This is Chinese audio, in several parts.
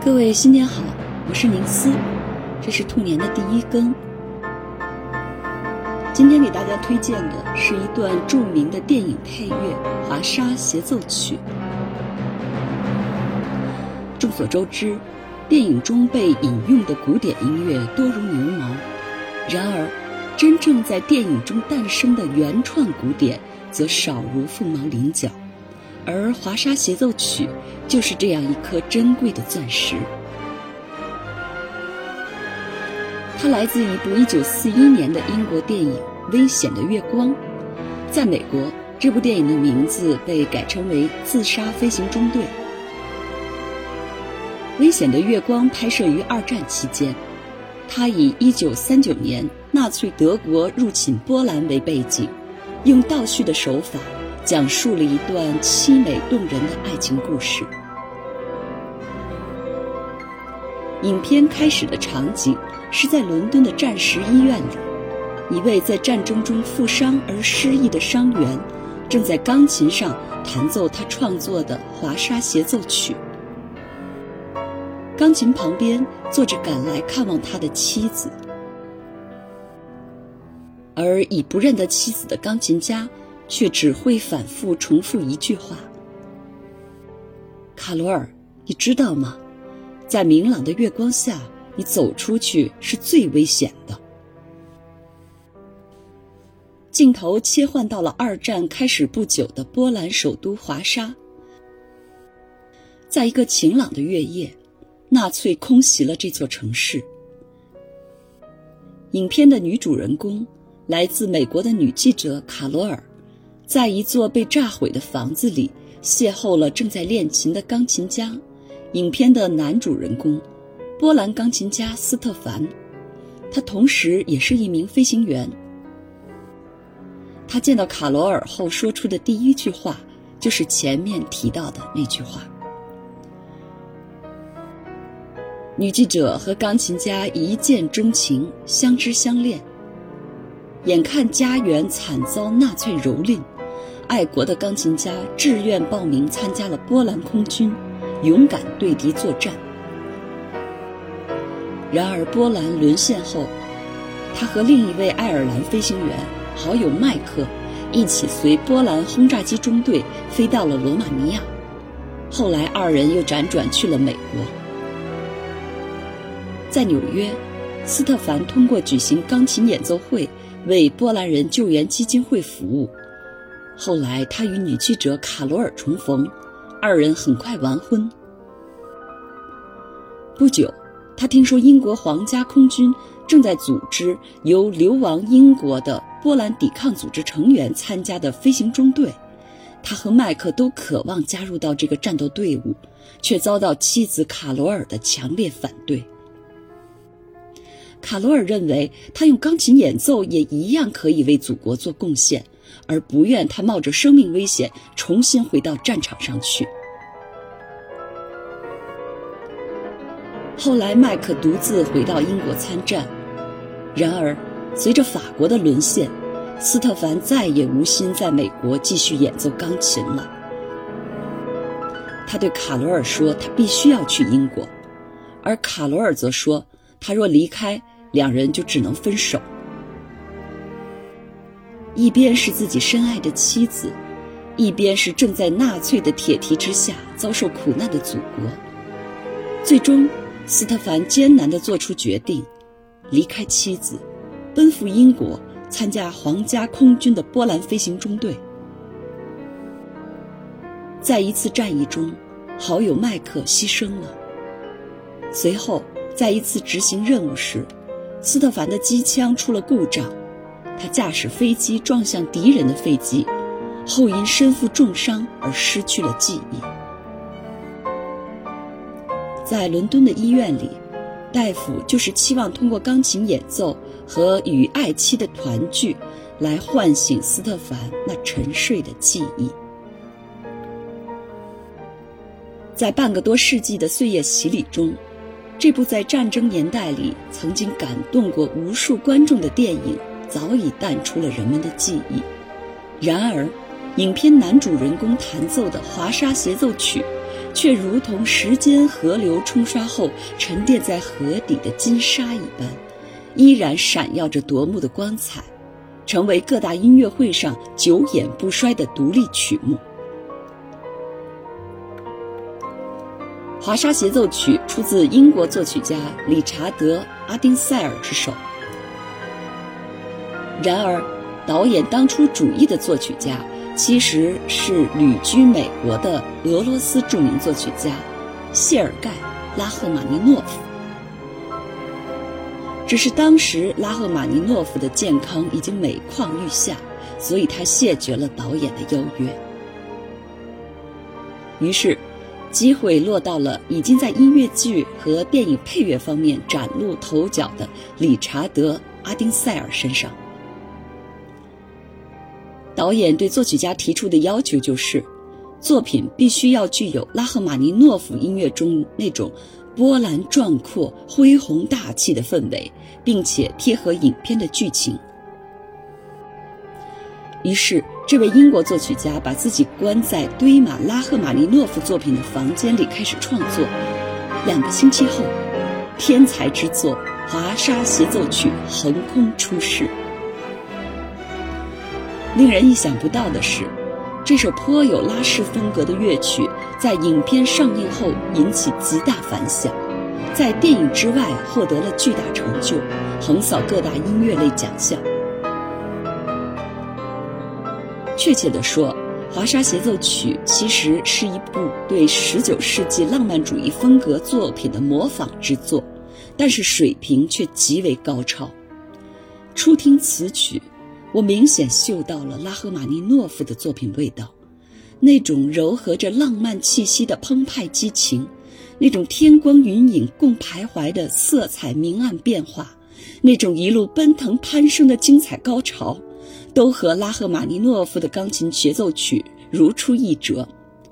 各位新年好，我是宁思，这是兔年的第一更。今天给大家推荐的是一段著名的电影配乐《华沙协奏曲》。众所周知，电影中被引用的古典音乐多如牛毛，然而真正在电影中诞生的原创古典则少如凤毛麟角，而《华沙协奏曲》就是这样一颗珍贵的钻石。它来自一部1941年的英国电影《危险的月光》。在美国，这部电影的名字被改称为《自杀飞行中队》。《危险的月光》拍摄于二战期间，它以1939年纳粹德国入侵波兰为背景，用倒叙的手法讲述了一段凄美动人的爱情故事。影片开始的场景是在伦敦的战时医院里，一位在战争中负伤而失忆的伤员正在钢琴上弹奏他创作的《华沙协奏曲》。钢琴旁边坐着赶来看望他的妻子，而已不认得妻子的钢琴家却只会反复重复一句话：卡罗尔，你知道吗？在明朗的月光下，你走出去是最危险的。镜头切换到了二战开始不久的波兰首都华沙。在一个晴朗的月夜，纳粹空袭了这座城市。影片的女主人公来自美国的女记者卡罗尔，在一座被炸毁的房子里邂逅了正在练琴的钢琴家。影片的男主人公波兰钢琴家斯特凡，他同时也是一名飞行员。他见到卡罗尔后说出的第一句话就是前面提到的那句话。女记者和钢琴家一见钟情，相知相恋。眼看家园惨遭纳粹蹂躏，爱国的钢琴家志愿报名参加了波兰空军，勇敢对敌作战。然而波兰沦陷后，他和另一位爱尔兰飞行员好友麦克一起随波兰轰炸机中队飞到了罗马尼亚，后来二人又辗转去了美国。在纽约，斯特凡通过举行钢琴演奏会为波兰人救援基金会服务。后来他与女记者卡罗尔重逢，二人很快完婚。不久，他听说英国皇家空军正在组织由流亡英国的波兰抵抗组织成员参加的飞行中队，他和麦克都渴望加入到这个战斗队伍，却遭到妻子卡罗尔的强烈反对。卡罗尔认为他用钢琴演奏也一样可以为祖国做贡献，而不愿他冒着生命危险重新回到战场上去。后来麦克独自回到英国参战，然而随着法国的沦陷，斯特凡再也无心在美国继续演奏钢琴了。他对卡罗尔说他必须要去英国，而卡罗尔则说他若离开，两人就只能分手。一边是自己深爱的妻子，一边是正在纳粹的铁蹄之下遭受苦难的祖国。最终斯特凡艰难地做出决定，离开妻子，奔赴英国参加皇家空军的波兰飞行中队。在一次战役中，好友麦克牺牲了。随后在一次执行任务时，斯特凡的机枪出了故障，他驾驶飞机撞向敌人的飞机，后因身负重伤而失去了记忆。在伦敦的医院里，大夫就是期望通过钢琴演奏和与爱妻的团聚来唤醒斯特凡那沉睡的记忆。在半个多世纪的岁月洗礼中，这部在战争年代里曾经感动过无数观众的电影早已淡出了人们的记忆。然而影片男主人公弹奏的华沙协奏曲却如同时间河流冲刷后沉淀在河底的金沙一般，依然闪耀着夺目的光彩，成为各大音乐会上久演不衰的独立曲目。华沙协奏曲出自英国作曲家理查德·阿丁塞尔之手。然而，导演当初主意的作曲家其实是旅居美国的俄罗斯著名作曲家谢尔盖·拉赫玛尼诺夫。只是当时拉赫玛尼诺夫的健康已经每况愈下，所以他谢绝了导演的邀约。于是机会落到了已经在音乐剧和电影配乐方面崭露头角的理查德·阿丁塞尔身上。导演对作曲家提出的要求就是，作品必须要具有拉赫玛尼诺夫音乐中那种波澜壮阔、恢宏大气的氛围，并且贴合影片的剧情。于是，这位英国作曲家把自己关在堆满拉赫玛尼诺夫作品的房间里开始创作。2个星期后，天才之作《华沙协奏曲》横空出世。令人意想不到的是，这首颇有拉式风格的乐曲在影片上映后引起极大反响，在电影之外获得了巨大成就，横扫各大音乐类奖项。确切地说，华沙协奏曲其实是一部对19世纪浪漫主义风格作品的模仿之作，但是水平却极为高超。初听此曲，我明显嗅到了拉赫玛尼诺夫的作品味道，那种糅合着浪漫气息的澎湃激情，那种天光云影共徘徊的色彩明暗变化，那种一路奔腾攀升的精彩高潮，都和拉赫玛尼诺夫的钢琴协奏曲如出一辙。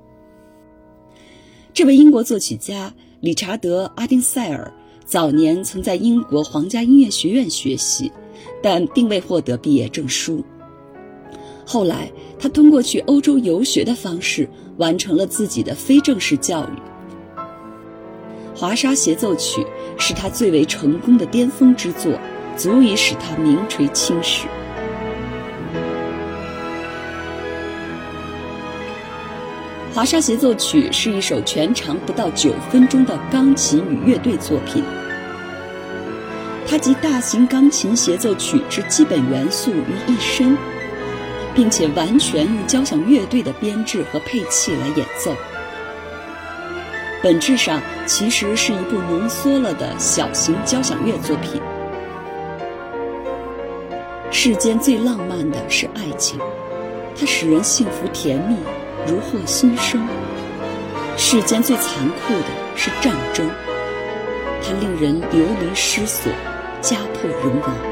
这位英国作曲家理查德·阿丁塞尔早年曾在英国皇家音乐学院学习，但并未获得毕业证书。后来他通过去欧洲游学的方式完成了自己的非正式教育。华沙协奏曲是他最为成功的巅峰之作，足以使他名垂青史。华沙协奏曲是一首全长不到9分钟的钢琴与乐队作品，它集大型钢琴协奏曲之基本元素于一身，并且完全用交响乐队的编制和配器来演奏。本质上其实是一部浓缩了的小型交响乐作品。世间最浪漫的是爱情，它使人幸福甜蜜，如获新生。世间最残酷的是战争，它令人流离失所，家破人亡。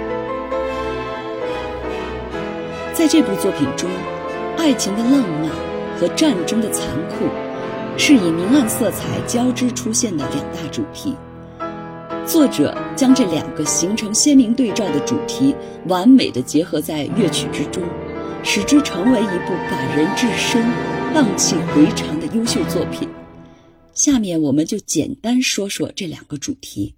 在这部作品中，爱情的浪漫和战争的残酷是以明暗色彩交织出现的2大主题。作者将这2个形成鲜明对照的主题完美地结合在乐曲之中，使之成为一部感人至深、荡气回肠的优秀作品。下面我们就简单说说这2个主题。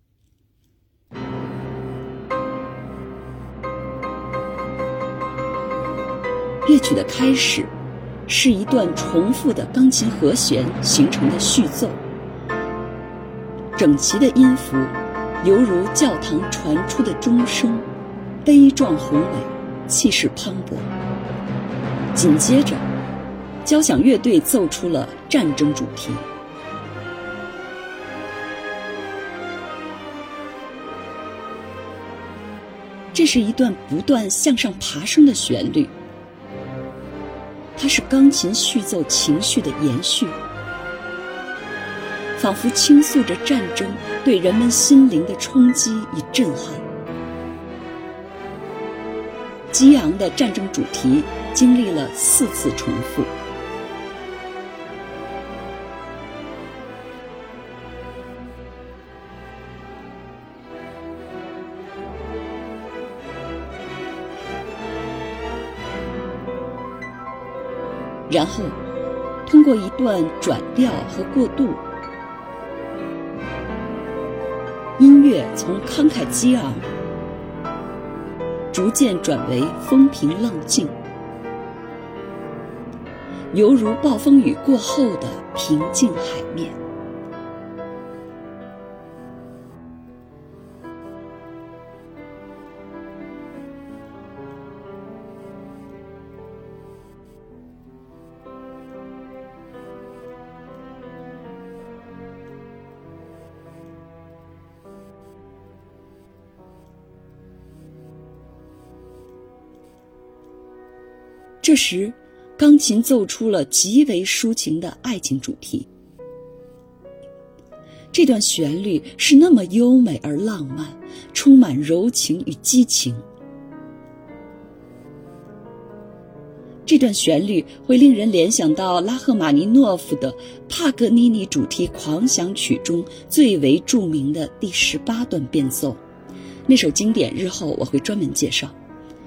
乐曲的开始是一段重复的钢琴和弦形成的序奏，整齐的音符犹如教堂传出的钟声，悲壮宏伟，气势磅礴。紧接着，交响乐队奏出了战争主题。这是一段不断向上爬升的旋律，它是钢琴序奏情绪的延续，仿佛倾诉着战争对人们心灵的冲击与震撼。激昂的战争主题经历了4次重复。然后通过一段转调和过渡，音乐从慷慨激昂逐渐转为风平浪静，犹如暴风雨过后的平静海面。这时，钢琴奏出了极为抒情的爱情主题。这段旋律是那么优美而浪漫，充满柔情与激情。这段旋律会令人联想到拉赫玛尼诺夫的帕格尼尼主题狂想曲中最为著名的第18段变奏，那首经典日后我会专门介绍。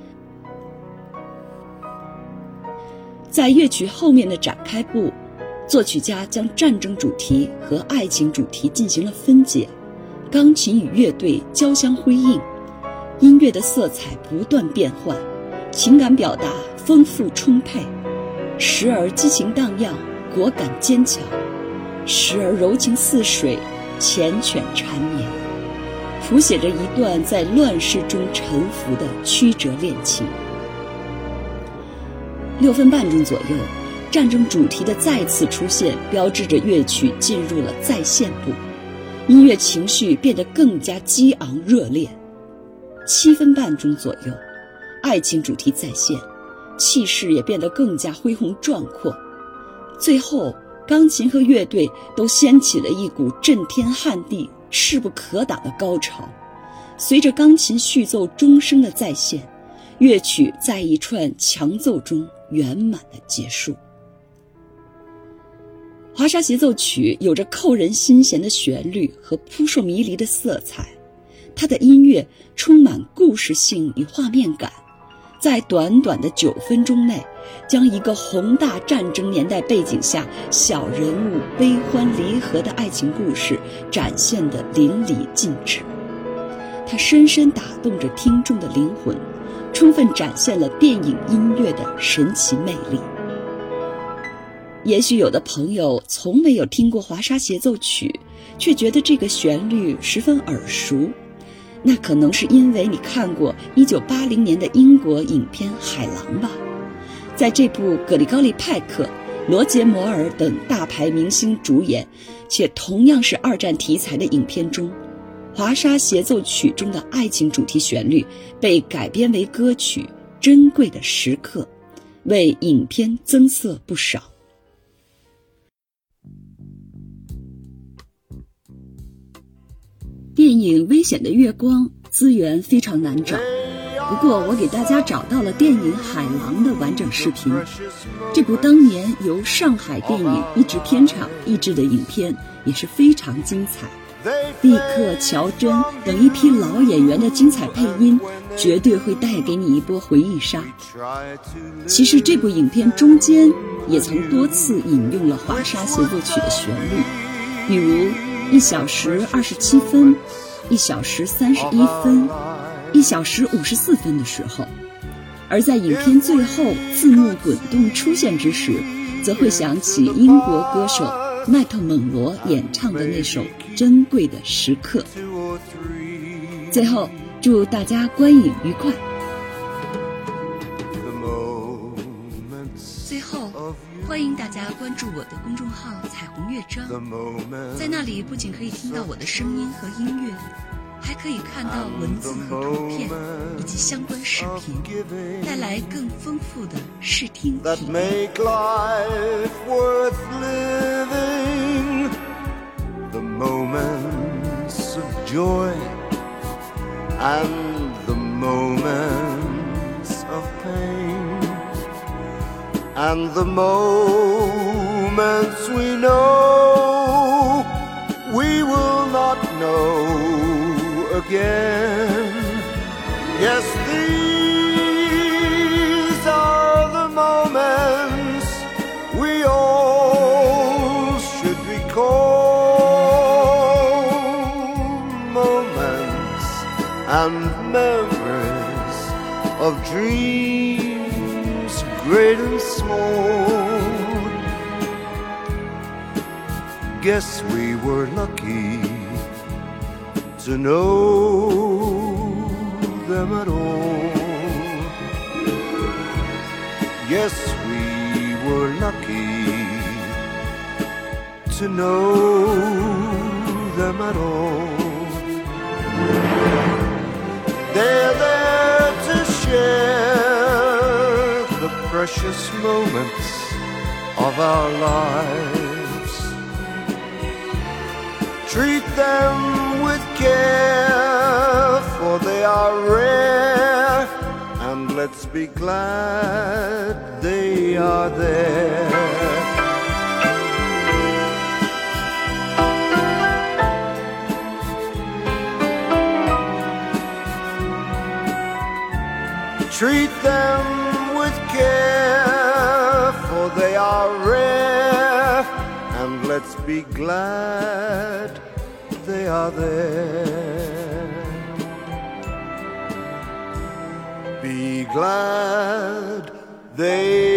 在乐曲后面的展开部，作曲家将战争主题和爱情主题进行了分解，钢琴与乐队交相辉映，音乐的色彩不断变换，情感表达丰富充沛，时而激情荡漾，果敢坚强，时而柔情似水，缱绻缠绵，谱写着一段在乱世中沉浮的曲折恋情。6分半钟左右，战争主题的再次出现，标志着乐曲进入了再现部，音乐情绪变得更加激昂热烈。7分半钟左右，爱情主题再现，气势也变得更加恢宏壮阔。最后，钢琴和乐队都掀起了一股震天撼地、势不可挡的高潮。随着钢琴续奏钟声的再现，乐曲在一串强奏中圆满的结束。华沙协奏曲有着扣人心弦的旋律和扑朔迷离的色彩，它的音乐充满故事性与画面感，在短短的9分钟内，将一个宏大战争年代背景下小人物悲欢离合的爱情故事展现得淋漓尽致。它深深打动着听众的灵魂，充分展现了电影音乐的神奇魅力。也许有的朋友从没有听过华沙协奏曲，却觉得这个旋律十分耳熟，那可能是因为你看过1980年的英国影片《海狼》吧。在这部格里高利·派克、罗杰·摩尔等大牌明星主演，且同样是2战题材的影片中，华沙协奏曲中的爱情主题旋律被改编为歌曲《珍贵的时刻》，为影片增色不少。电影《危险的月光》资源非常难找，不过我给大家找到了电影《海狼》的完整视频。这部当年由上海电影译制片厂译制的影片也是非常精彩。毕克、乔真等一批老演员的精彩配音，绝对会带给你一波回忆杀。其实这部影片中间也曾多次引用了华沙协奏曲的旋律，比如1小时27分、1小时31分、1小时54分的时候。而在影片最后字幕滚动出现之时，则会响起英国歌手麦特蒙罗演唱的那首《珍贵的时刻》。最后，祝大家观影愉快。最后，欢迎大家关注我的公众号彩虹乐章，在那里不仅可以听到我的声音和音乐，还可以看到文字和图片以及相关视频，带来更丰富的视听体验。 The moments of joy and the moments of pain, and the moments we know we will not know again. Yes, these are the moments we all of dreams great and small. Guess we were lucky to know them at all. Yes, we were lucky to know them at all. They're there to share the precious moments of our lives. Treat them with care, for they are rare, and let's be glad they are there. Treat them with care, for they are rare, and let's be glad they are there. Be glad they